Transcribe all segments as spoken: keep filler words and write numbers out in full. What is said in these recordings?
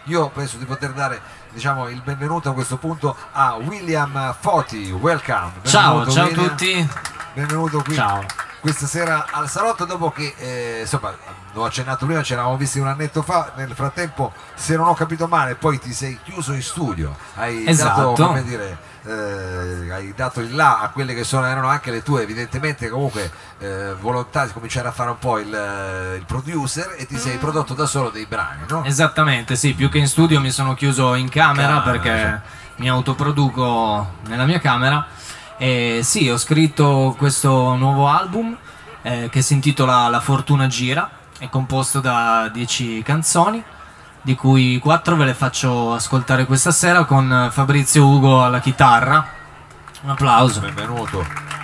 io penso di poter dare, diciamo, il benvenuto a questo punto a William Foti. Welcome. Benvenuto, ciao, ciao William. a tutti. Benvenuto qui. Ciao. Questa sera al salotto, dopo che eh, insomma l'ho accennato prima, ci eravamo visti un annetto fa, nel frattempo, se non ho capito male, poi ti sei chiuso in studio, hai esatto. dato, come dire, eh, hai dato il là a quelle che sono, erano anche le tue evidentemente comunque eh, volontà di cominciare a fare un po' il, il producer, e ti sei prodotto da solo dei brani, no? Esattamente, sì, più che in studio mi sono chiuso in camera, Camera, perché sì. mi autoproduco nella mia camera. E sì, ho scritto questo nuovo album eh, che si intitola La Fortuna Gira, è composto da dieci canzoni, di cui quattro ve le faccio ascoltare questa sera con Fabrizio Ugo alla chitarra. Un applauso. Benvenuto.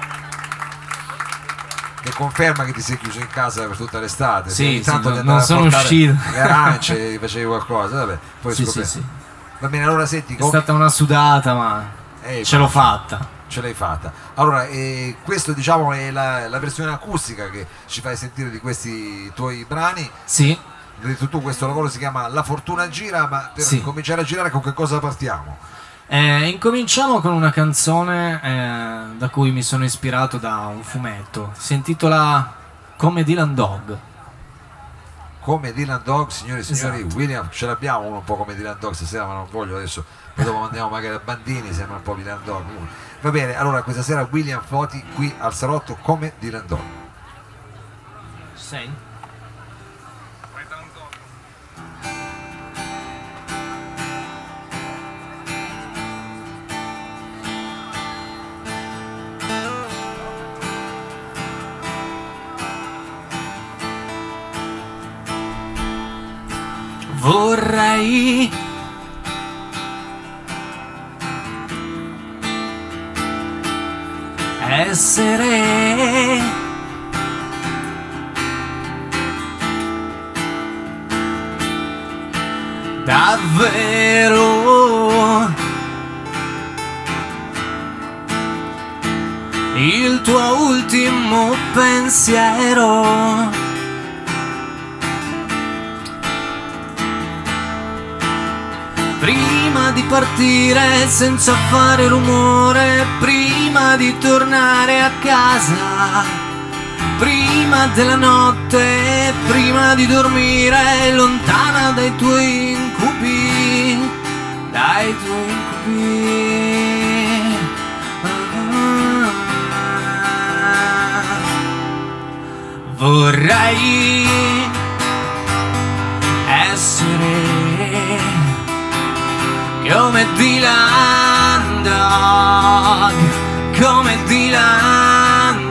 Che conferma che ti sei chiuso in casa per tutta l'estate. Sì, sì, tanto no, di non sono uscito. Le arance, facevi qualcosa, vabbè, poi Sì, scopri. sì, sì. Va bene, allora senti, È com- stata una sudata, ma Eh, ce l'ho fatta. Ce l'hai fatta. Allora, eh, questo diciamo è la, la versione acustica che ci fai sentire di questi tuoi brani. Sì. Hai detto tu, questo lavoro si chiama La Fortuna Gira, ma per Sì. cominciare a girare con che cosa partiamo? Eh, incominciamo con una canzone eh, da cui mi sono ispirato da un fumetto. Si intitola Come Dylan Dog. Come Dylan Dog, signori e signori, Esatto. William, ce l'abbiamo uno un po' come Dylan Dog stasera, ma non voglio adesso, poi dopo mandiamo magari a Bandini, sembra un po' Dylan Dog. Va bene, allora questa sera William Foti qui al salotto come Dylan Dog. Sei? Vorrei essere davvero il tuo ultimo pensiero. Prima di partire senza fare rumore, prima di tornare a casa, prima della notte, prima di dormire, lontana dai tuoi incubi, dai tuoi incubi. Vorrei essere come Dylan Dog, come Dylan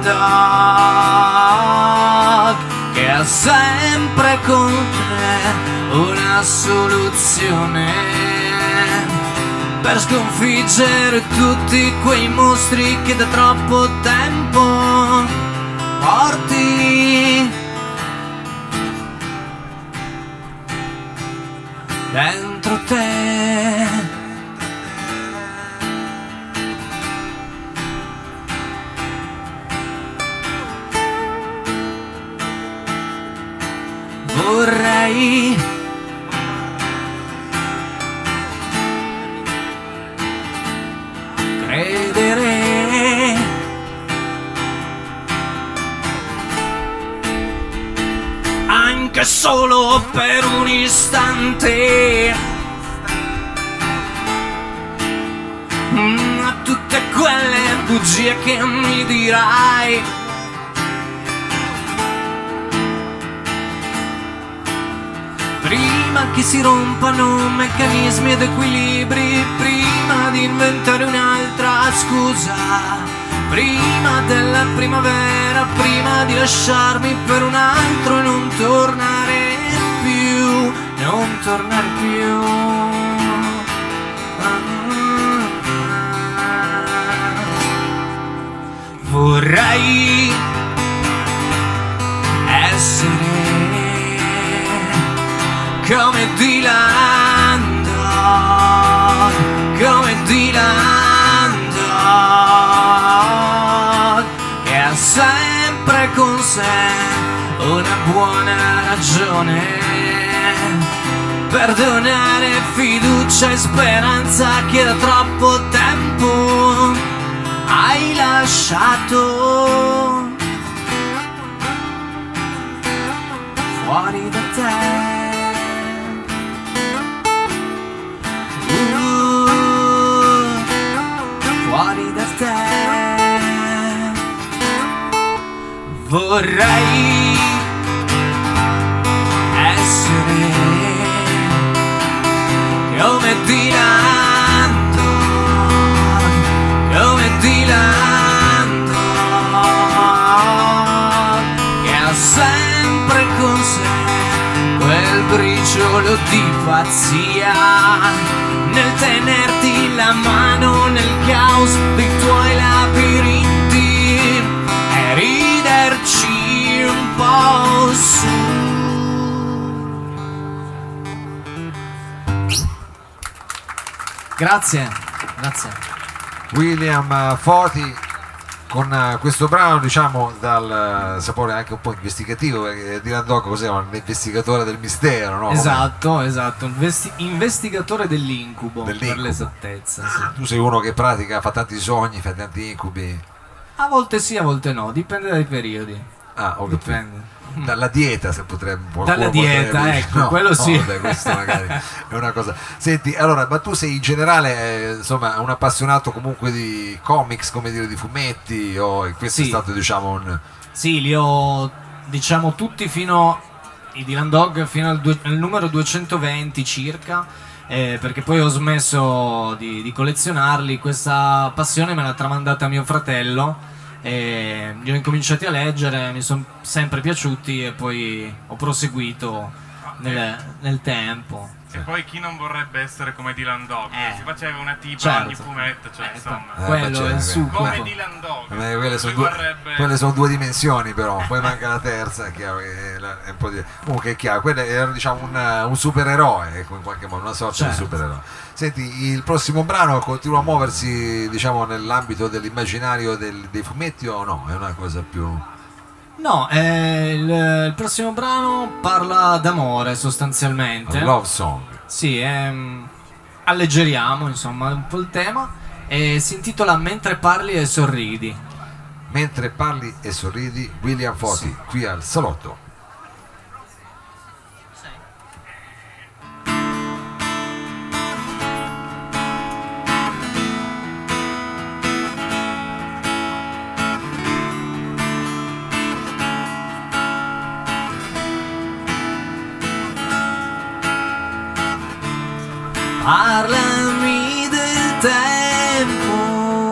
Dog, che ha sempre con te una soluzione per sconfiggere tutti quei mostri che da troppo tempo porti dentro te. Vorrei credere anche solo per un istante a tutte quelle bugie che mi dirai. Prima che si rompano meccanismi ed equilibri, prima di inventare un'altra scusa, prima della primavera, prima di lasciarmi per un altro e non tornare più, non tornare più. Vorrei essere come Dylan Dog, come Dylan Dog, che ha sempre con sé una buona ragione perdonare, fiducia e speranza che da troppo tempo hai lasciato fuori da te. Fuori da te vorrei essere come Dylan Dog, come Dylan Dog, che ha sempre con sé quel briciolo di pazzia nel tenerti la mano nel caos dei tuoi labirinti e riderci un po' su. Grazie, grazie. William Foti con uh, questo brano, diciamo, dal uh, sapore anche un po' investigativo, perché Dylan Dog cos'è? Un investigatore del mistero, no? Esatto, come? esatto, Investi- investigatore dell'incubo, dell'incubo. Per l'esattezza. Sì. Tu sei uno che pratica, fa tanti sogni, fa tanti incubi. A volte sì, a volte no, dipende dai periodi. Ah, ho capito. Dipende. Dalla dieta, se potremmo. Dalla dieta, potrebbe, ecco, no, quello sì. No, vabbè, questo magari è una cosa. Senti, allora, ma tu sei in generale, eh, insomma, un appassionato comunque di comics, come dire, di fumetti, o questo Sì. è stato, diciamo, un. Sì, li ho, diciamo, tutti fino i Dylan Dog fino al, due, al numero duecentoventi circa, eh, perché poi ho smesso di, di collezionarli. Questa passione me l'ha tramandata mio fratello. E li ho incominciati a leggere, mi sono sempre piaciuti e poi ho proseguito nel, nel tempo. E poi chi non vorrebbe essere come Dylan Dog? Eh. Si faceva una tipa Certo. ogni fumetto, cioè Ecco. insomma. Eh, Quello ma c'è, è il beh, succo. Come ecco. Dylan Dog. Eh, quelle, sono Lui due, vorrebbe- quelle sono due dimensioni, però poi manca la terza, è chiaro che è la- è un po' di. Comunque è chiaro, quello era, diciamo, un, un supereroe, ecco, in qualche modo, una sorta Certo. di supereroe. Senti, il prossimo brano continua a muoversi, diciamo, nell'ambito dell'immaginario del- dei fumetti o no? È una cosa più. No, eh, il, il prossimo brano parla d'amore sostanzialmente. Una love song. Sì, ehm, alleggeriamo insomma un po' il tema e si intitola Mentre parli e sorridi. Mentre parli e sorridi, William Foti, Sì. qui al Salotto. Parlami del tempo,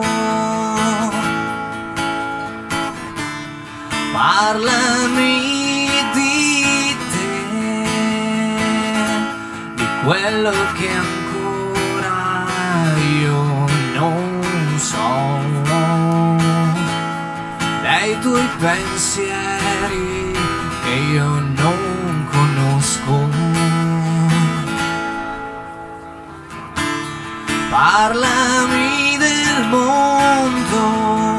parlami di te, di quello che ancora io non so, dei tuoi pensieri che io non conosco. Parlami del mondo,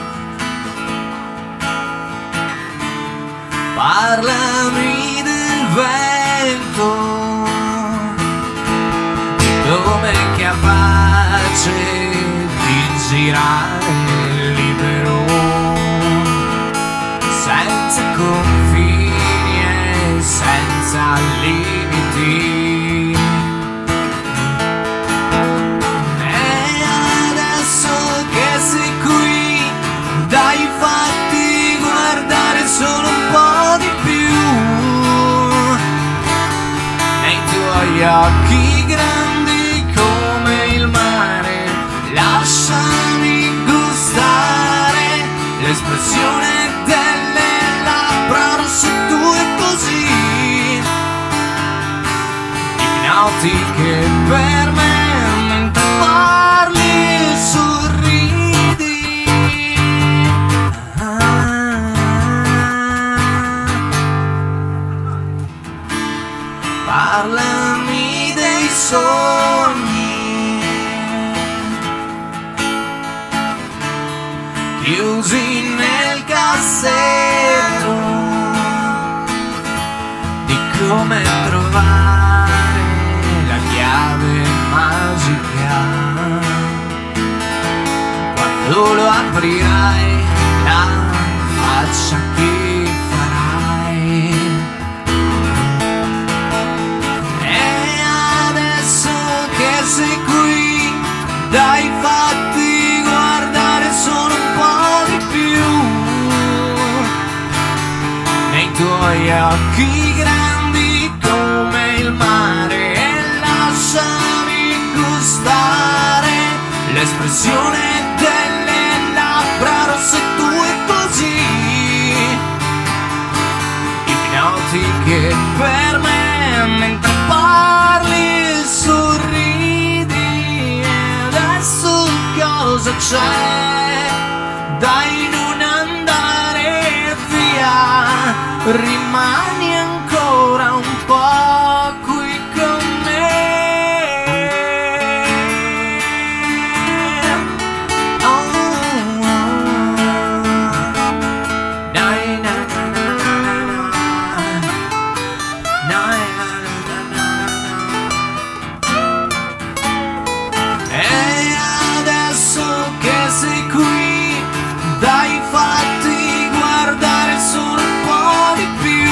parlami del vento, di come è capace di girare libero, senza confini e senza limiti. Dai fatti guardare solo un po' di più nei tuoi occhi grandi come il mare, lasciami gustare l'espressione delle labbra rosse tue così ipnotiche per me, mentre parli e sorridi. Parlami dei sogni chiusi nel cassetto, di come trovare aprirai la faccia che farai. E adesso che sei qui, dai fatti guardare solo un po' di più nei tuoi occhi grandi come il mare, e lasciami gustare l'espressione delle labbra rosse tue così ipnotiche per me, mentre parli sorridi. E adesso cosa c'è? Dai, non andare via, rimani ancora un po' qui con me. Oh, oh. Dai, na, na, na, na, na. Dai, na, na, na, na. E adesso che sei qui, dai fatti guardare solo un po' di più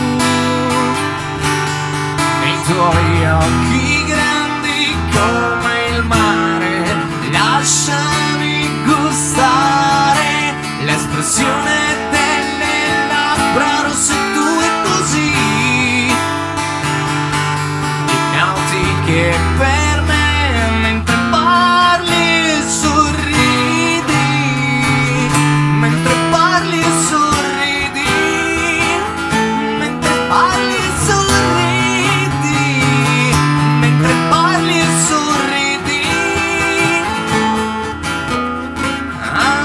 nei tuoi occhi grandi come il mare, lasciami gustare l'espressione delle labbra rosse tue così ipnotiche per me, mentre parli sorridi, mentre parli sorridi, mentre parli sorridi, mentre parli sorridi. Ah.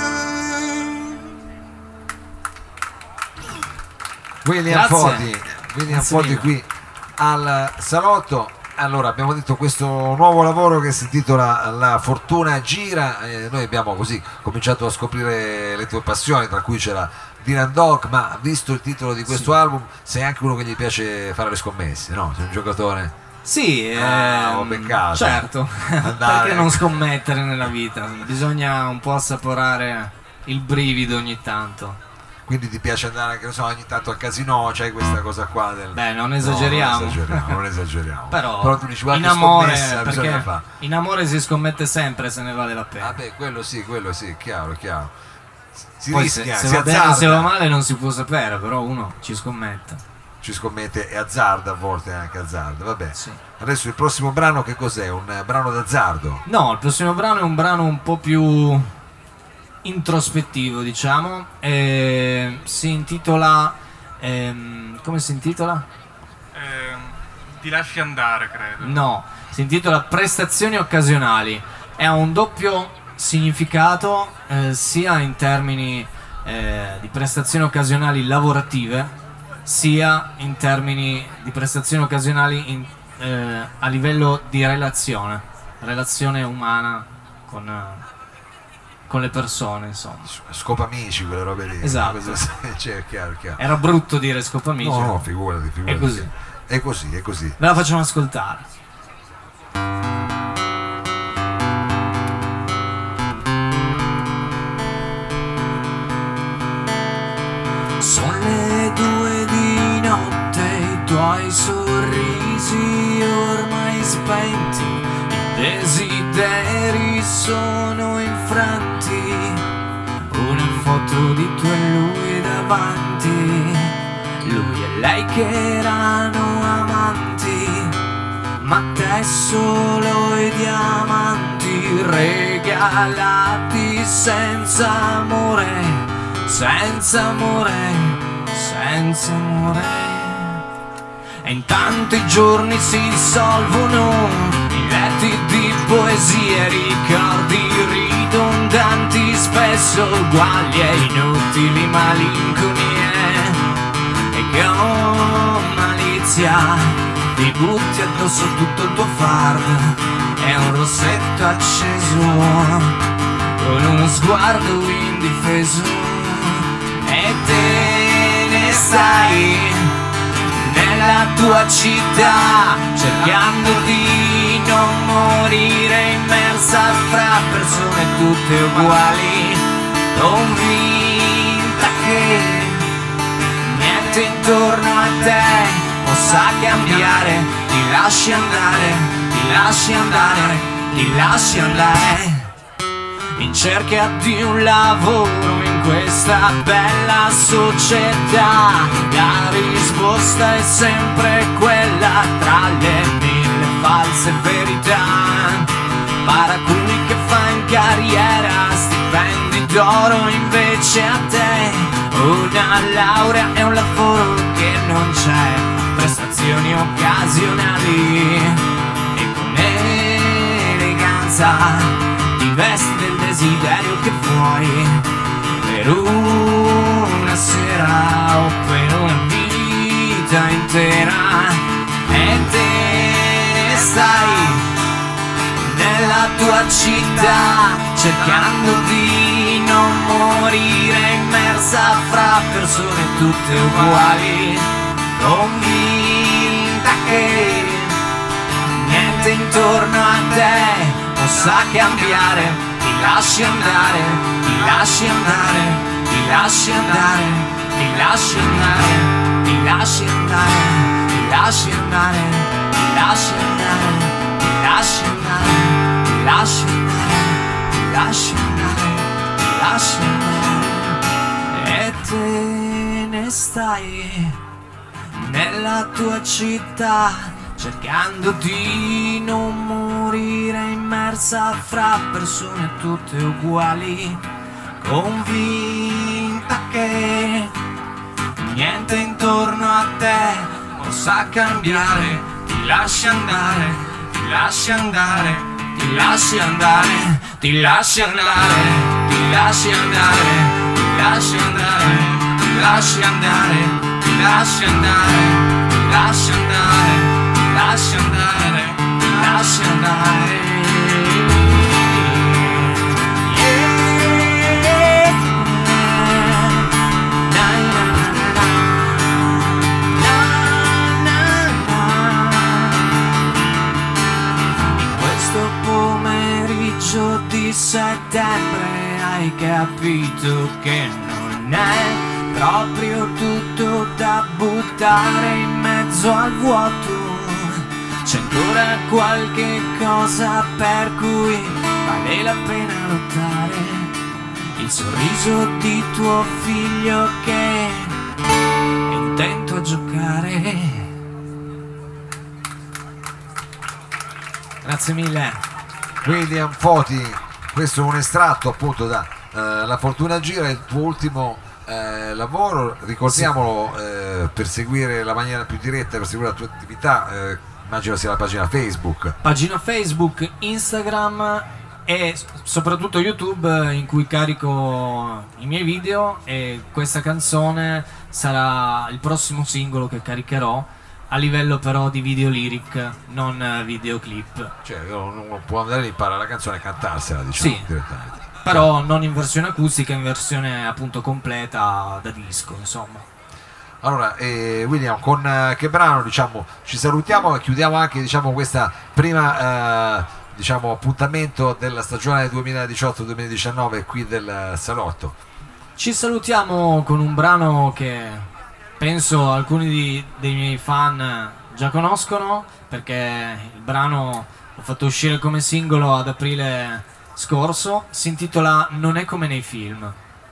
William Grazie. Foti, William Grazie Foti mille. qui al salotto. Allora, abbiamo detto questo nuovo lavoro che si intitola La fortuna gira. Eh, noi abbiamo così cominciato a scoprire le tue passioni, tra cui c'era Dylan Dog, ma visto il titolo di questo Sì. album, sei anche uno che gli piace fare le scommesse, no? Sei un giocatore. Sì, Ah, ehm, ho beccato. certo, Andare. perché non scommettere nella vita? Bisogna un po' assaporare il brivido ogni tanto. Quindi ti piace andare anche, non so, ogni tanto al casino, c'hai questa cosa qua del... Beh, non No, esageriamo. non esageriamo, non esageriamo. Però, tu dici, guarda, in che amore, scommessa bisogna perché fare. in amore si scommette sempre se ne vale la pena. Ah beh, quello sì, quello sì, chiaro, chiaro. Si Poi se, rischia, se si va bene o azzarda, se va male non si può sapere, però uno ci scommette. ci scommette e azzarda, a volte anche azzarda, vabbè. Sì. Adesso il prossimo brano che cos'è? Un eh, brano d'azzardo? No, il prossimo brano è un brano un po' più introspettivo, diciamo, e si intitola ehm, come si intitola? Ehm, ti lasci andare, credo. No, si intitola Prestazioni occasionali. Ha un doppio significato, eh, sia in termini eh, di prestazioni occasionali lavorative, sia in termini di prestazioni occasionali in, eh, a livello di relazione, relazione umana con, eh, con le persone, insomma. Scopa amici, quelle robe lì. Esatto. Questo- cioè, chiaro, chiaro. Era brutto dire scopo amici. No, no, figurati, figurati. È così. È così, è così. Ve la facciamo ascoltare. Sono le due di notte, i tuoi sorrisi ormai spenti, i desideri sono infranti, una foto di tu e lui davanti, lui e lei che erano amanti, ma te solo i diamanti regalati senza amore. Senza amore, senza amore. E intanto i giorni si dissolvono in letti di poesie, ricordi ridondanti, spesso uguali e inutili malinconie. E con malizia ti butti addosso tutto il tuo fard e un rossetto acceso con uno sguardo indifeso. E te ne stai nella tua città cercando di non morire immersa fra persone tutte uguali. convinta che niente intorno a te possa cambiare, ti lasci andare, ti lasci andare, ti lasci andare. In cerca di un lavoro in questa bella società, la risposta è sempre quella tra le mille false verità. Paraculi che fa in carriera, stipendi d'oro invece a te una laurea e un lavoro che non c'è, prestazioni occasionali e con eleganza ti vesti del desiderio che vuoi per una sera o per una vita intera, e te stai nella tua città cercando di non morire immersa fra persone tutte uguali, convinta che niente intorno a te possa cambiare, ti lasci andare, ti lasci andare, ti lasci andare, ti lasci andare, ti lasci andare, ti lasci andare, ti lasci andare, ti lasci andare, ti lasci andare, ti lasci andare, ti lasci andare, e te ne stai nella tua città cercando di non morire immersa fra persone tutte uguali, convinta che niente intorno a te possa cambiare, ti lasci andare, ti lasci andare, ti lasci andare, ti lasci andare, ti lasci andare, ti lasci andare, ti lasci andare, ti lasci andare, ti lasci andare, lascia andare, lascia andare. Yeah. Na, na, na, na, na. In questo pomeriggio di settembre hai capito che non è proprio tutto da buttare in mezzo al vuoto. C'è ancora qualche cosa per cui vale la pena lottare, il sorriso di tuo figlio che è intento a giocare. Grazie mille. William Foti, questo è un estratto appunto da uh, La Fortuna Gira, il tuo ultimo eh, lavoro, ricordiamolo, sì. eh, per seguire la maniera più diretta, per seguire la tua attività, eh, immagino sia la pagina Facebook. Pagina Facebook, Instagram e soprattutto YouTube, in cui carico i miei video, e questa canzone sarà il prossimo singolo che caricherò, a livello però di video lyric, non videoclip. Cioè uno può andare lì, imparare la canzone e cantarsela, diciamo, sì, direttamente. Però non in versione acustica, in versione appunto completa da disco, insomma. Allora, eh, William, con eh, che brano, diciamo, ci salutiamo e chiudiamo anche, diciamo, questa prima eh, diciamo, appuntamento della stagione duemiladiciotto duemiladiciannove qui del Salotto? Ci salutiamo con un brano che penso alcuni di, dei miei fan già conoscono, perché il brano l'ho fatto uscire come singolo ad aprile scorso, si intitola Non è come nei film.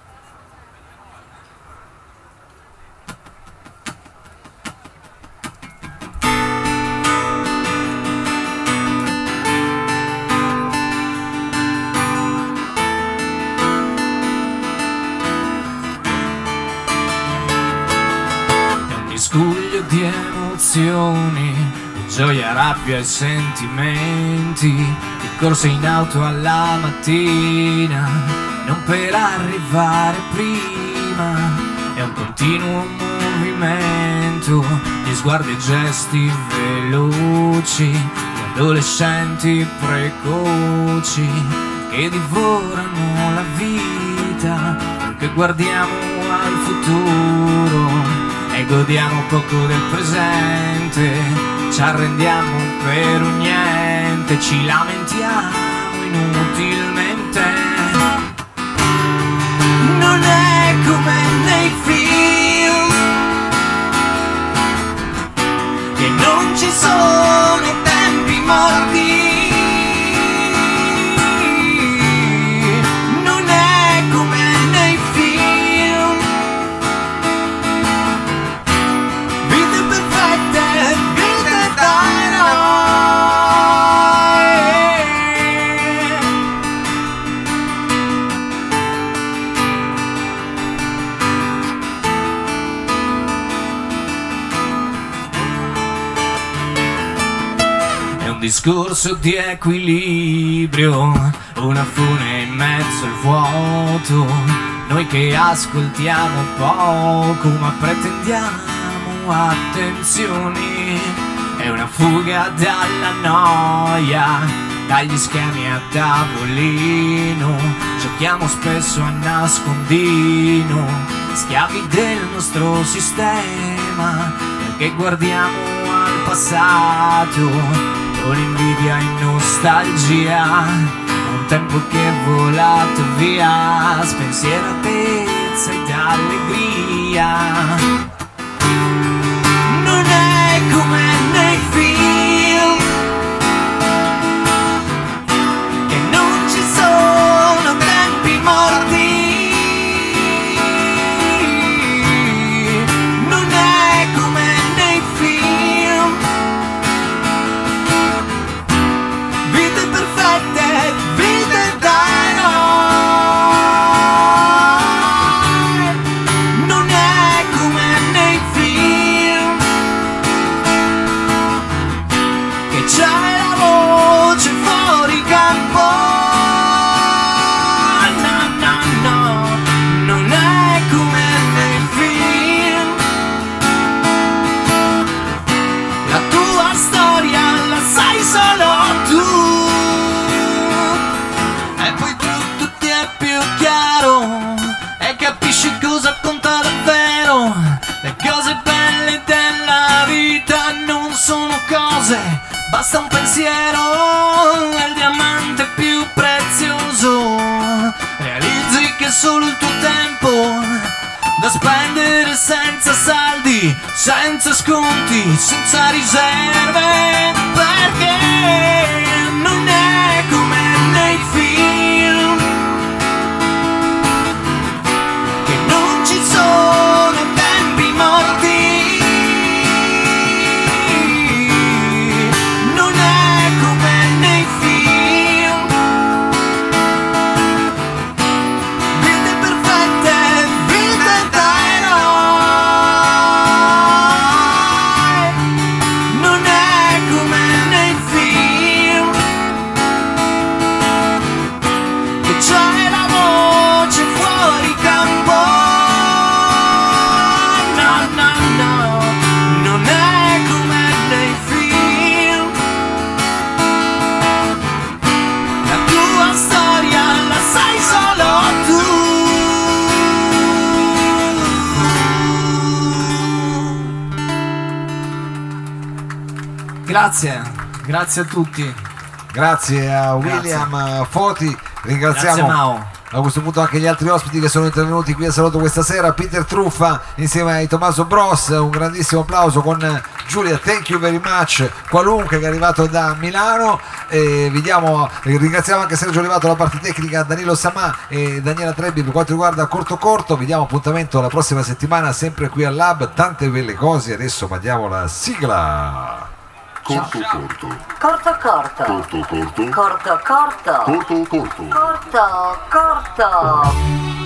Miscuglio di emozioni, di gioia, rabbia e sentimenti, di corse in auto alla mattina, non per arrivare prima, è un continuo movimento di sguardi e gesti veloci, di adolescenti precoci che divorano la vita, perché guardiamo al futuro e godiamo poco del presente, ci arrendiamo per un niente, ci lamentiamo inutilmente. sono tempi morti. Non è come nei film, vite perfette, vite da eroi. È un discorso di equilibrio, una fune in mezzo al vuoto, noi che ascoltiamo poco ma pretendiamo attenzioni. È una fuga dalla noia, dagli schemi a tavolino, giochiamo spesso a nascondino, schiavi del nostro sistema, perché guardiamo al passato con invidia e nostalgia, un tempo che è volato via, spensieratezza ed allegria. Non è come nei film, che non ci sono tempi morti. Non è come nei film, vite perfette, vite da eroi. Non è come nei film, che c'è la voce fuori campo. No, no, no, non è come nei film. La tua storia la sai solo tu, e poi tutto ti è più chiaro e capisci cosa conta davvero. Le cose belle della vita non sono cose, basta un pensiero, è il diamante più prezioso. Realizzi che solo il tuo tempo da spendere senza saldi, senza sconti, senza riserve, perché non è come nei film, che non ci sono tempi morti. Non è come nei film, vite perfette, vite da eroi. Non è come nei film, che c'è la voce fuori campo. No, no, no, non è come nei film. La tua storia la sai solo tu. Grazie, grazie a tutti. Grazie a William Foti, ringraziamo Grazie Mao. a questo punto anche gli altri ospiti che sono intervenuti qui a Salotto questa sera. Peter Truffa insieme a Tommaso Bros, un grandissimo applauso con Giulia, thank you very much, Qualunque che è arrivato da Milano, e vi diamo, ringraziamo anche Sergio Olivato, la parte tecnica, Danilo Samà e Daniela Trebbi per quanto riguarda Corto Corto. Vi diamo appuntamento la prossima settimana sempre qui al Lab, tante belle cose. Adesso mandiamo la sigla. Corto corto. Corto corto. Corto corto. Corto corto. Corto corto. Corto corto.